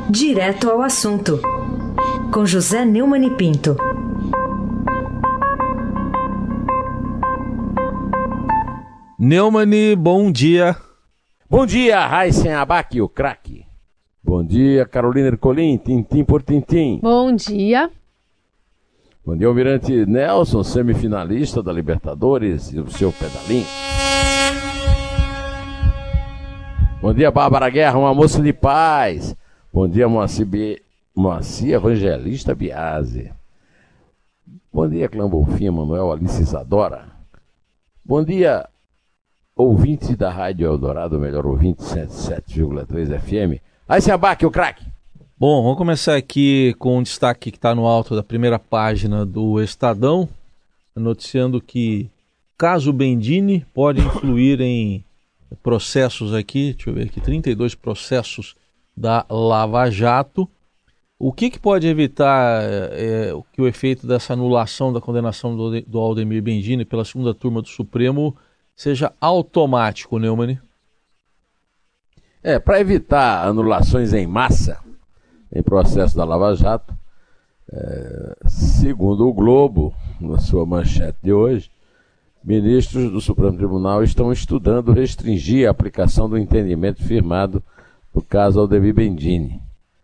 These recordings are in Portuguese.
Direto ao assunto, com José Neumann e Pinto. Neumann, bom dia. Bom dia, Raíssen Abac, o craque. Bom dia, Carolina Ercolim, tintim por tintim. Bom dia. Bom dia, Almirante Nelson, semifinalista da Libertadores e o seu pedalinho. Bom dia, Bárbara Guerra, uma moça de paz. Bom dia, Moacir Evangelista Biase. Bom dia, Clã Bonfim, Manuel Alice Isadora. Bom dia, ouvinte da Rádio Eldorado, melhor ouvinte, 107,3 FM. Aí se abaque o craque. Bom, vamos começar aqui com um destaque que está no alto da primeira página do Estadão, noticiando que caso Bendini pode influir em processos aqui, deixa eu ver aqui, 32 processos da Lava Jato. O que pode evitar que o efeito dessa anulação da condenação do Aldemir Bendini pela segunda turma do Supremo seja automático, Neumann? Para evitar anulações em massa em processo da Lava Jato, segundo o Globo, na sua manchete de hoje, ministros do Supremo Tribunal estão estudando restringir a aplicação do entendimento firmado no caso Aldemir Bendini.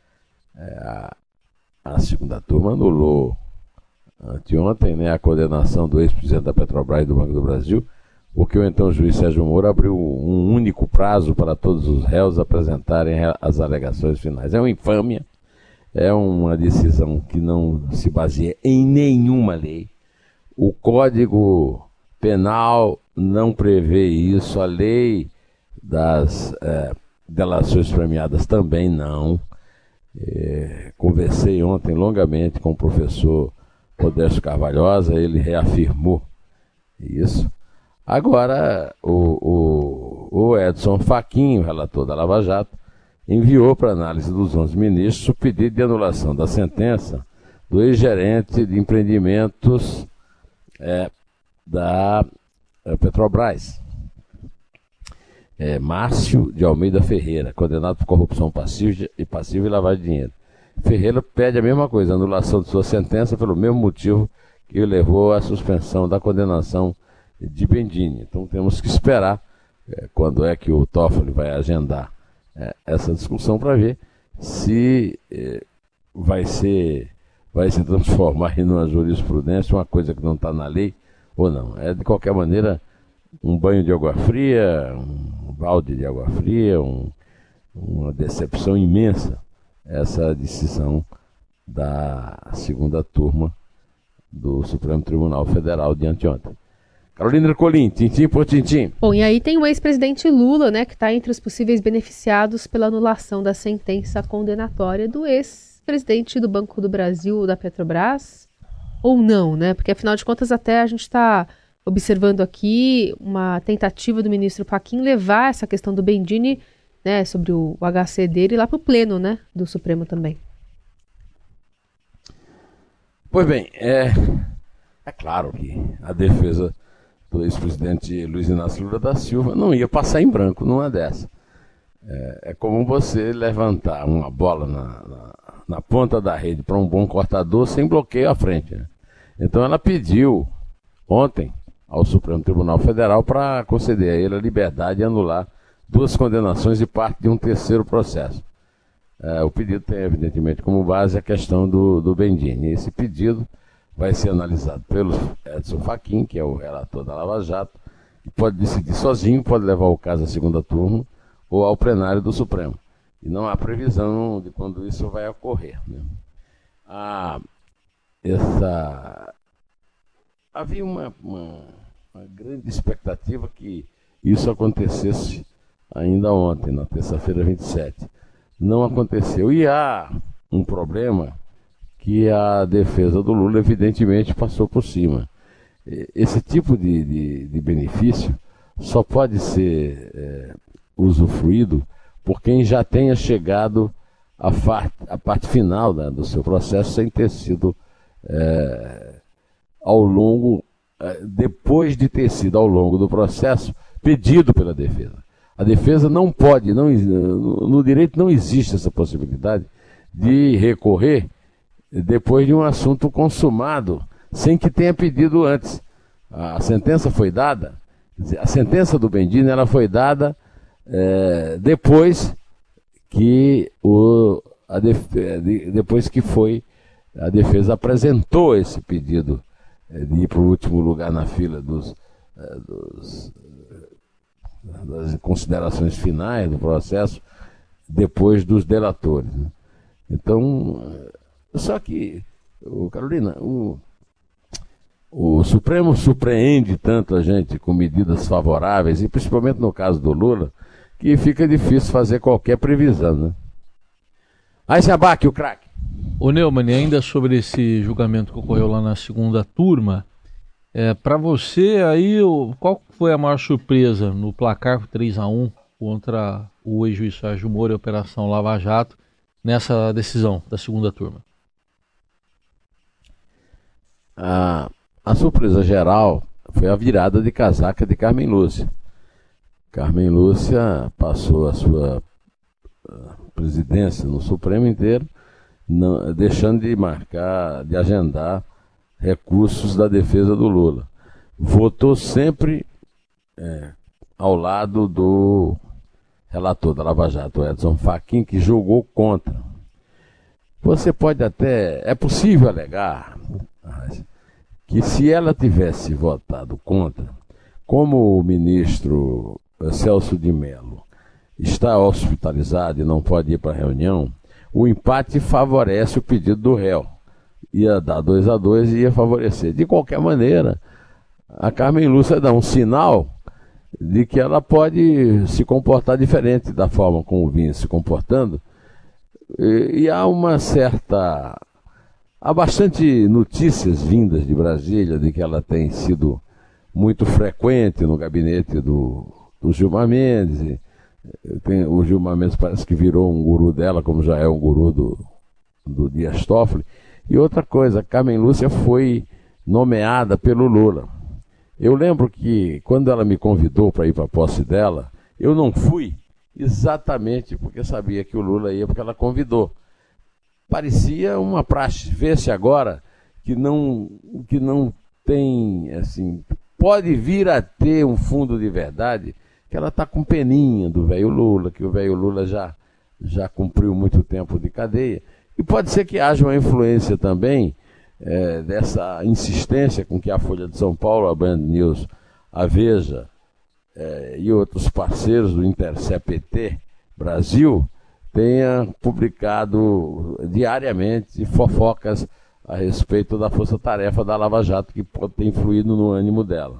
A segunda turma anulou anteontem, a condenação do ex-presidente da Petrobras e do Banco do Brasil, porque o então juiz Sérgio Moro abriu um único prazo para todos os réus apresentarem as alegações finais. É uma infâmia, é uma decisão que não se baseia em nenhuma lei. O Código Penal não prevê isso, a lei das delações premiadas também não. Conversei ontem longamente com o professor Modesto Carvalhosa, ele reafirmou isso. Agora, o Edson Fachin, o relator da Lava Jato, enviou para análise dos 11 ministros o pedido de anulação da sentença do ex-gerente de empreendimentos da Petrobras, Márcio de Almeida Ferreira, condenado por corrupção passiva e lavagem de dinheiro. Ferreira pede a mesma coisa, anulação de sua sentença pelo mesmo motivo que levou à suspensão da condenação de Bendini. Então temos que esperar quando é que o Toffoli vai agendar essa discussão para ver se vai se transformar em uma jurisprudência, uma coisa que não está na lei ou não. De qualquer maneira, um banho de água fria, um balde de água fria, uma decepção imensa essa decisão da segunda turma do Supremo Tribunal Federal de anteontem. Carolina Ercolim, tintim por tintim. Bom, e aí tem o ex-presidente Lula, que está entre os possíveis beneficiados pela anulação da sentença condenatória do ex-presidente do Banco do Brasil, da Petrobras, ou não, Porque afinal de contas até a gente está observando aqui uma tentativa do ministro Fachin levar essa questão do Bendini, sobre o HC dele lá para o pleno, do Supremo também. Pois bem, é claro que a defesa do ex-presidente Luiz Inácio Lula da Silva não ia passar em branco numa dessa. É como você levantar uma bola na ponta da rede para um bom cortador sem bloqueio à frente. Então ela pediu ontem ao Supremo Tribunal Federal para conceder a ele a liberdade de anular 2 condenações e parte de um terceiro processo. O pedido tem, evidentemente, como base a questão do Bendini. Esse pedido vai ser analisado pelo Edson Fachin, que é o relator da Lava Jato, que pode decidir sozinho, pode levar o caso à segunda turma ou ao plenário do Supremo. E não há previsão de quando isso vai ocorrer. Havia uma grande expectativa que isso acontecesse ainda ontem, na terça-feira 27. Não aconteceu. E há um problema que a defesa do Lula evidentemente passou por cima. Esse tipo de benefício só pode ser usufruído por quem já tenha chegado à parte final do seu processo sem ter sido depois de ter sido ao longo do processo pedido pela defesa. A defesa não pode, no direito não existe essa possibilidade de recorrer depois de um assunto consumado, sem que tenha pedido antes. A sentença foi dada, a sentença do Bendini ela foi dada depois que a defesa apresentou esse pedido de ir para o último lugar na fila das considerações finais do processo, depois dos delatores, né? Então, só que, Carolina, o Supremo surpreende tanto a gente com medidas favoráveis, e principalmente no caso do Lula, que fica difícil fazer qualquer previsão, né? Aí se abaque o craque. Ô Neumann, ainda sobre esse julgamento que ocorreu lá na segunda turma, para você aí, qual foi a maior surpresa no placar 3-1 contra o ex-juiz Sérgio Moro e a Operação Lava Jato nessa decisão da segunda turma? A surpresa geral foi a virada de casaca de Carmen Lúcia. Carmen Lúcia passou a sua presidência no Supremo inteiro, deixando de agendar recursos da defesa do Lula. Votou sempre ao lado do relator da Lava Jato, Edson Fachin, que julgou contra. Você pode até... É possível alegar que se ela tivesse votado contra, como o ministro Celso de Mello está hospitalizado e não pode ir para a reunião, o empate favorece o pedido do réu. Ia dar 2-2 e ia favorecer. De qualquer maneira, a Carmen Lúcia dá um sinal de que ela pode se comportar diferente da forma como vinha se comportando. E há uma certa... Há bastante notícias vindas de Brasília de que ela tem sido muito frequente no gabinete do Gilmar Mendes. O Gilmar Mendes parece que virou um guru dela, como já é um guru do Dias Toffoli. E outra coisa, Carmen Lúcia foi nomeada pelo Lula. Eu lembro que quando ela me convidou para ir para a posse dela, eu não fui exatamente porque sabia que o Lula ia, porque ela convidou. Parecia uma praxe. Vê-se agora que não tem, assim, pode vir a ter um fundo de verdade, que ela está com peninha do velho Lula, que o velho Lula já cumpriu muito tempo de cadeia. E pode ser que haja uma influência também dessa insistência com que a Folha de São Paulo, a Band News, a Veja e outros parceiros do Intercept Brasil tenha publicado diariamente fofocas a respeito da força-tarefa da Lava Jato, que pode ter influído no ânimo dela.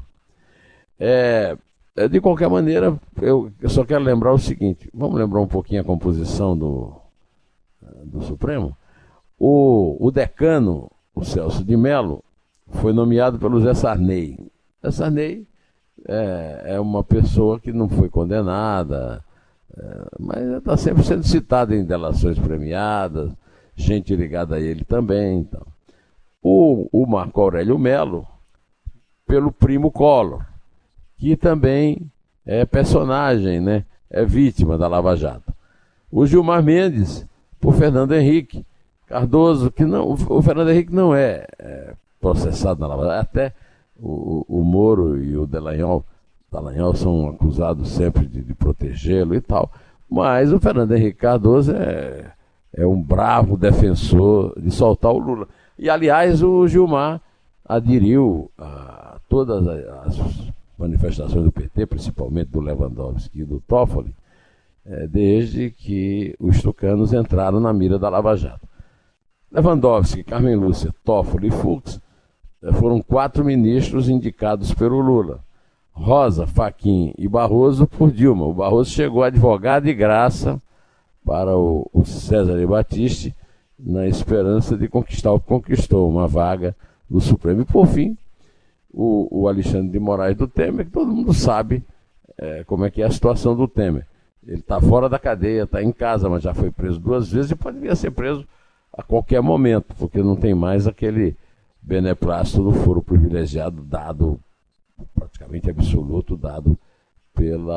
De qualquer maneira, eu só quero lembrar o seguinte, vamos lembrar um pouquinho a composição do Supremo. O decano, o Celso de Mello, foi nomeado pelo Zé Sarney. Zé Sarney é uma pessoa que não foi condenada, mas está sempre sendo citada em delações premiadas, gente ligada a ele também. Então. O Marco Aurélio Mello, pelo primo Collor, que também é personagem, né? É vítima da Lava Jato. O Gilmar Mendes, por Fernando Henrique Cardoso, que não, o Fernando Henrique não é processado na Lava Jato, até o Moro e o Dallagnol são acusados sempre de protegê-lo e tal, mas o Fernando Henrique Cardoso é um bravo defensor de soltar o Lula. E, aliás, o Gilmar aderiu a todas as manifestações do PT, principalmente do Lewandowski e do Toffoli, desde que os tucanos entraram na mira da Lava Jato. Lewandowski, Carmen Lúcia, Toffoli e Fux foram 4 ministros indicados pelo Lula. Rosa, Fachin e Barroso por Dilma. O Barroso chegou advogado de graça para o César de Battisti, na esperança de conquistar o que conquistou, uma vaga no Supremo. E, por fim, o Alexandre de Moraes do Temer, que todo mundo sabe como é que é a situação do Temer. Ele está fora da cadeia, está em casa, mas já foi preso 2 vezes e pode vir a ser preso a qualquer momento, porque não tem mais aquele beneplácito do foro privilegiado dado, praticamente absoluto, dado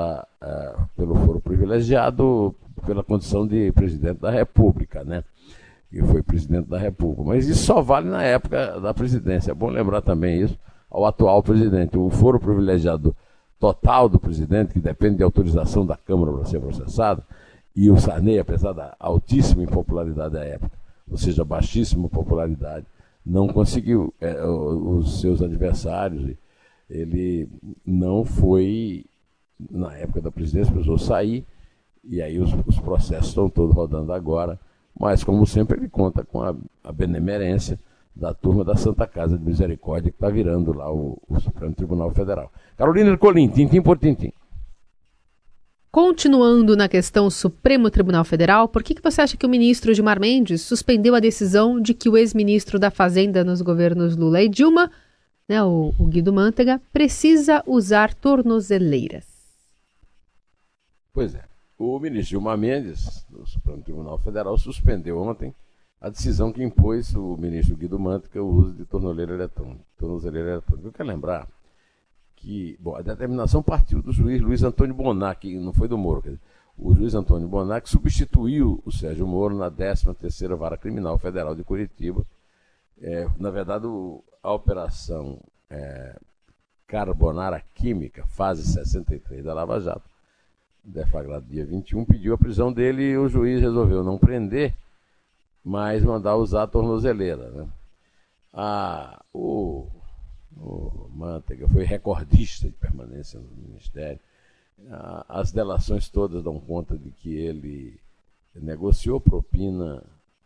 pelo foro privilegiado, pela condição de presidente da República, né? que foi presidente da República. Mas isso só vale na época da presidência. É bom lembrar também isso ao atual presidente. O foro privilegiado total do presidente, que depende de autorização da Câmara para ser processado, e o Sarney, apesar da altíssima impopularidade da época, ou seja, baixíssima popularidade, não conseguiu os seus adversários. Ele não foi, na época da presidência, precisou sair, e aí os processos estão todos rodando agora, mas, como sempre, ele conta com a benemerência da turma da Santa Casa de Misericórdia, que está virando lá o Supremo Tribunal Federal. Carolina Ercolim, tintim por tintim. Continuando na questão Supremo Tribunal Federal, por que você acha que o ministro Gilmar Mendes suspendeu a decisão de que o ex-ministro da Fazenda nos governos Lula e Dilma, né, o Guido Mantega, precisa usar tornozeleiras? Pois é. O ministro Gilmar Mendes, do Supremo Tribunal Federal, suspendeu ontem a decisão que impôs o ministro Guido Mantega o uso de tornozeleira eletrônica. Eu quero lembrar que a determinação partiu do juiz Luiz Antônio Bonar, que não foi do Moro. Quer dizer, o juiz Antônio Bonar, que substituiu o Sérgio Moro na 13ª Vara Criminal Federal de Curitiba. Na verdade, a operação Carbonara Química, fase 63 da Lava Jato, deflagrado dia 21, pediu a prisão dele e o juiz resolveu não prender, mas mandar usar a tornozeleira, né? O Mantega foi recordista de permanência no Ministério. As delações todas dão conta de que ele negociou propina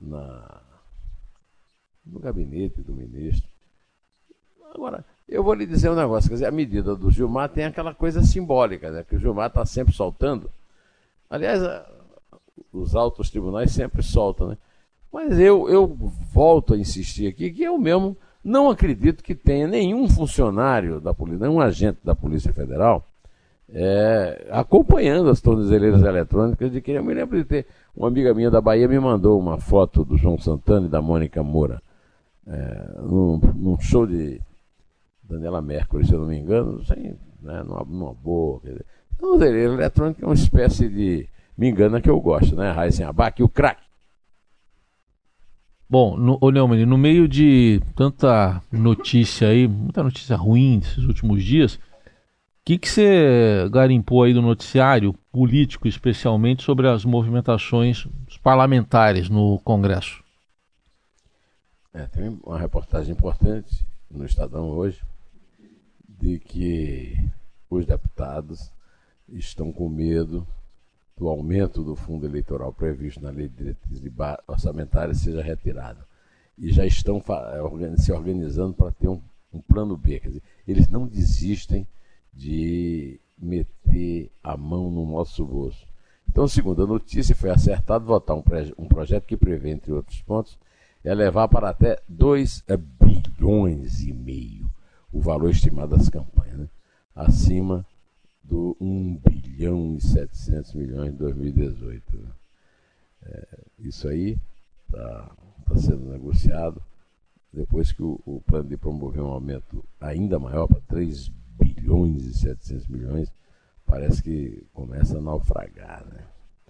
no gabinete do ministro. Agora, eu vou lhe dizer um negócio, quer dizer, a medida do Gilmar tem aquela coisa simbólica, né, que o Gilmar está sempre soltando. Aliás, os altos tribunais sempre soltam, né? Mas eu volto a insistir aqui que eu mesmo não acredito que tenha nenhum funcionário da polícia, nenhum agente da Polícia Federal acompanhando as tornozeleiras eletrônicas. De que eu me lembro de ter uma amiga minha da Bahia me mandou uma foto do João Santana e da Mônica Moura num show de Daniela Mercury, se eu não me engano, sem, né, numa boa. A tornozeleira eletrônica é uma espécie de me engana que eu gosto, né? Raíssen Abac, o craque. Bom, Neumann, no meio de tanta notícia aí, muita notícia ruim nesses últimos dias, o que você garimpou aí do noticiário político, especialmente sobre as movimentações dos parlamentares no Congresso? Tem uma reportagem importante no Estadão hoje de que os deputados estão com medo do aumento do fundo eleitoral previsto na Lei de Diretrizes Orçamentárias seja retirado. E já estão se organizando para ter um plano B. Quer dizer, eles não desistem de meter a mão no nosso bolso. Então, segundo a notícia, foi acertado votar um projeto que prevê, entre outros pontos, levar para até 2,5 bilhões o valor estimado das campanhas, né? Acima do 1 bilhão e 700 milhões de 2018. Isso aí está sendo negociado depois que o plano de promover um aumento ainda maior para 3 bilhões e 700 milhões parece que começa a naufragar, né?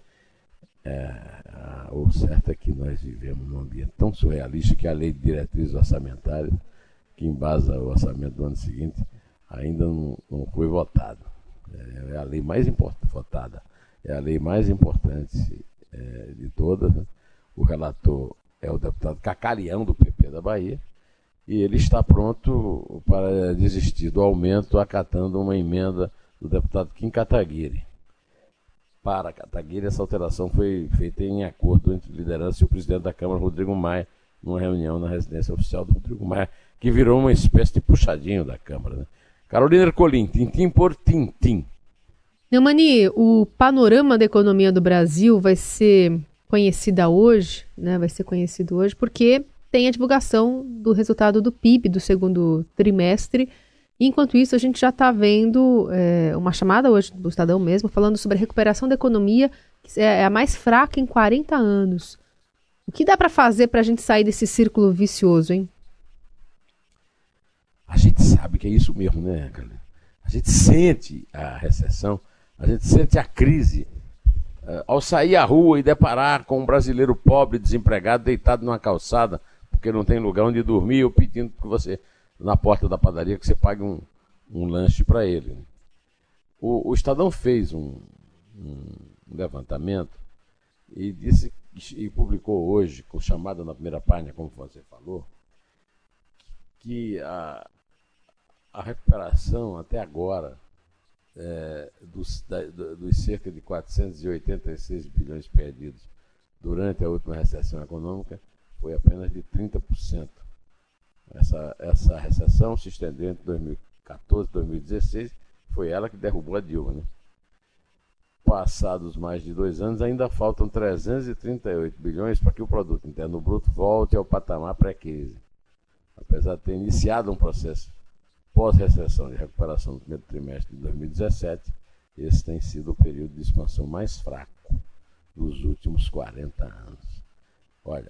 O certo é que nós vivemos num ambiente tão surrealista que a Lei de Diretrizes Orçamentárias, que embasa o orçamento do ano seguinte, ainda não foi votada. É a lei mais votada, é a lei mais importante de todas, né? O relator é o deputado Cacarião, do PP da Bahia, e ele está pronto para desistir do aumento, acatando uma emenda do deputado Kim Kataguiri. Para Kataguiri, essa alteração foi feita em acordo entre a liderança e o presidente da Câmara, Rodrigo Maia, numa reunião na residência oficial do Rodrigo Maia, que virou uma espécie de puxadinho da Câmara, né? Carolina Ercolim, tintim por tintim. Neumani, o panorama da economia do Brasil vai ser conhecido hoje, né? Vai ser conhecido hoje porque tem a divulgação do resultado do PIB do segundo trimestre. Enquanto isso, a gente já está vendo uma chamada hoje do Estadão mesmo, falando sobre a recuperação da economia, que é a mais fraca em 40 anos. O que dá para fazer para a gente sair desse círculo vicioso, hein? A gente sabe que é isso mesmo, né, Carolina? A gente sente a recessão, a gente sente a crise ao sair à rua e deparar com um brasileiro pobre, desempregado, deitado numa calçada, porque não tem lugar onde dormir, ou pedindo que você, na porta da padaria, que você pague um lanche para ele. O Estadão fez um levantamento e disse, e publicou hoje, com chamada na primeira página, como você falou, que a recuperação até agora dos cerca de 486 bilhões perdidos durante a última recessão econômica foi apenas de 30%. Essa recessão se estendeu entre 2014 e 2016, foi ela que derrubou a Dilma, né? Passados mais de 2 anos, ainda faltam 338 bilhões para que o produto interno bruto volte ao patamar pré-crise. Apesar de ter iniciado um processo pós-recessão de recuperação no primeiro trimestre de 2017, esse tem sido o período de expansão mais fraco dos últimos 40 anos. Olha,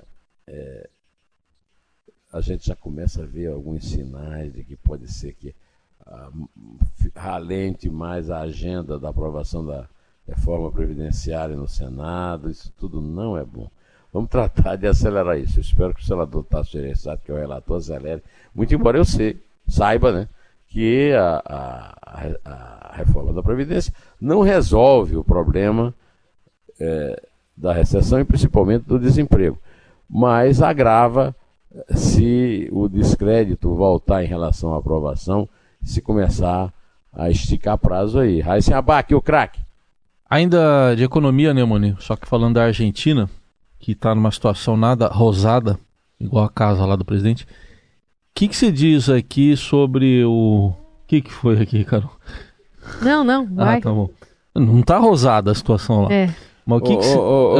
a gente já começa a ver alguns sinais de que pode ser que ralente mais a agenda da aprovação da reforma previdenciária no Senado. Isso tudo não é bom. Vamos tratar de acelerar isso. Eu espero que o senador Tasso Gereissati, que é o relator, acelere. Muito embora eu saiba, né, que a reforma da Previdência não resolve o problema da recessão e principalmente do desemprego, mas agrava se o descrédito voltar em relação à aprovação, se começar a esticar prazo aí. Raíssen Abac, o craque. Ainda de economia, Neumann, só que falando da Argentina, que está numa situação nada rosada, igual a casa lá do presidente. O que você diz aqui sobre o... O que foi aqui, Carol? Não, vai. Ah, tá bom. Não está rosada a situação lá. Mas o que você...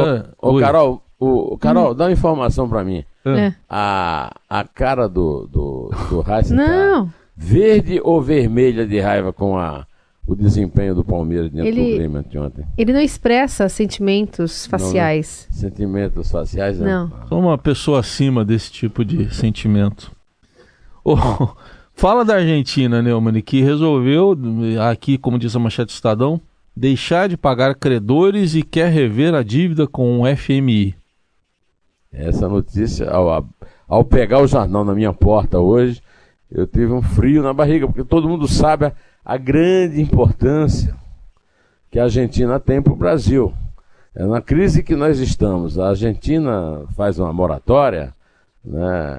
Carol, dá uma informação para mim. A cara do Raíssen tá verde ou vermelha de raiva com o desempenho do Palmeiras dentro do Grêmio anteontem? Ele não expressa sentimentos faciais. Não. Sentimentos faciais? Não. Sou uma pessoa acima desse tipo de sentimento. Fala da Argentina, Neumann, que resolveu, aqui, como diz a manchete do Estadão, deixar de pagar credores e quer rever a dívida com o FMI. Essa notícia, ao pegar o jornal na minha porta hoje, eu tive um frio na barriga, porque todo mundo sabe a grande importância que a Argentina tem para o Brasil. Na crise que nós estamos, a Argentina faz uma moratória, né?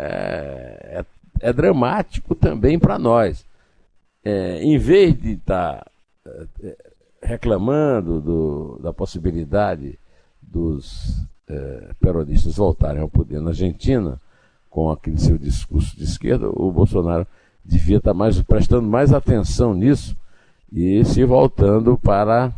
É dramático também para nós. Em vez de estar reclamando da possibilidade dos peronistas voltarem ao poder na Argentina, com aquele seu discurso de esquerda, o Bolsonaro devia estar prestando mais atenção nisso e se voltando para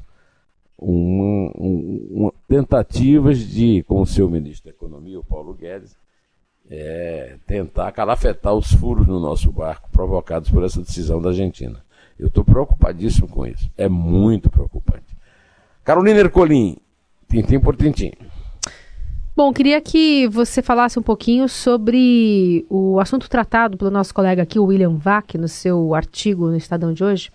tentativas de, com o seu ministro da Economia, o Paulo Guedes, tentar calafetar os furos no nosso barco provocados por essa decisão da Argentina. Eu estou preocupadíssimo com isso. É muito preocupante. Carolina Ercolim, tintim por tintim. Bom, queria que você falasse um pouquinho sobre o assunto tratado pelo nosso colega aqui, o William Vac, no seu artigo no Estadão de hoje.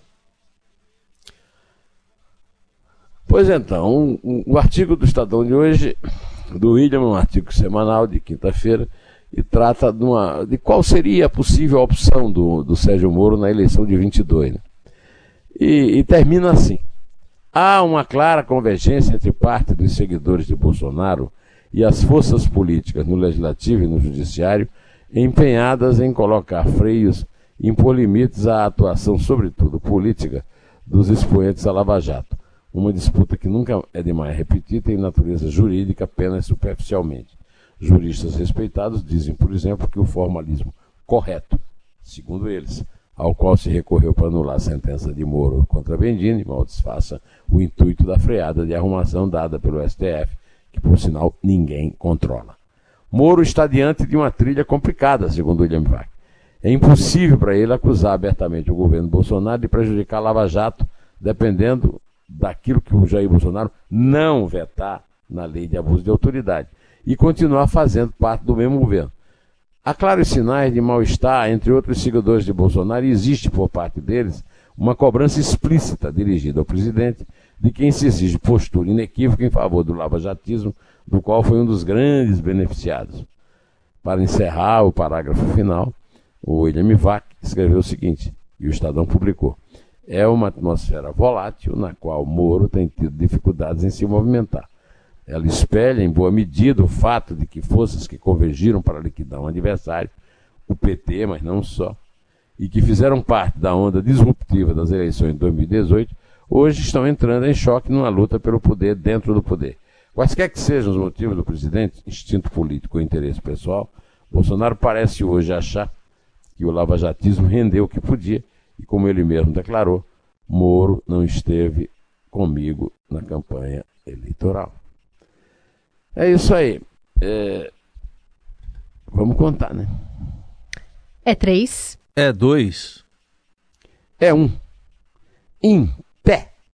Pois então, o artigo do Estadão de hoje, do William, é um artigo semanal de quinta-feira, e trata de qual seria a possível opção do Sérgio Moro na eleição de 22. Né? E termina assim. Há uma clara convergência entre parte dos seguidores de Bolsonaro e as forças políticas no Legislativo e no Judiciário empenhadas em colocar freios e impor limites à atuação, sobretudo política, dos expoentes da Lava Jato. Uma disputa que nunca é demais repetir, tem natureza jurídica apenas superficialmente. Juristas respeitados dizem, por exemplo, que o formalismo correto, segundo eles, ao qual se recorreu para anular a sentença de Moro contra Bendini, mal disfarça o intuito da freada de arrumação dada pelo STF, que, por sinal, ninguém controla. Moro está diante de uma trilha complicada, segundo William Vac. É impossível para ele acusar abertamente o governo Bolsonaro de prejudicar a Lava Jato, dependendo daquilo que o Jair Bolsonaro não vetar na lei de abuso de autoridade, e continuar fazendo parte do mesmo governo. Há claros sinais de mal-estar entre outros seguidores de Bolsonaro e existe por parte deles uma cobrança explícita dirigida ao presidente, de quem se exige postura inequívoca em favor do lavajatismo, do qual foi um dos grandes beneficiados. Para encerrar o parágrafo final, o William Vac escreveu o seguinte, e o Estadão publicou: é uma atmosfera volátil na qual Moro tem tido dificuldades em se movimentar. Ela espelha, em boa medida, o fato de que forças que convergiram para liquidar um adversário, o PT, mas não só, e que fizeram parte da onda disruptiva das eleições de 2018, hoje estão entrando em choque numa luta pelo poder dentro do poder. Quaisquer que sejam os motivos do presidente, instinto político ou interesse pessoal, Bolsonaro parece hoje achar que o lavajatismo rendeu o que podia, e como ele mesmo declarou, Moro não esteve comigo na campanha eleitoral. É isso aí. Vamos contar, né? É 3. É 2. É 1.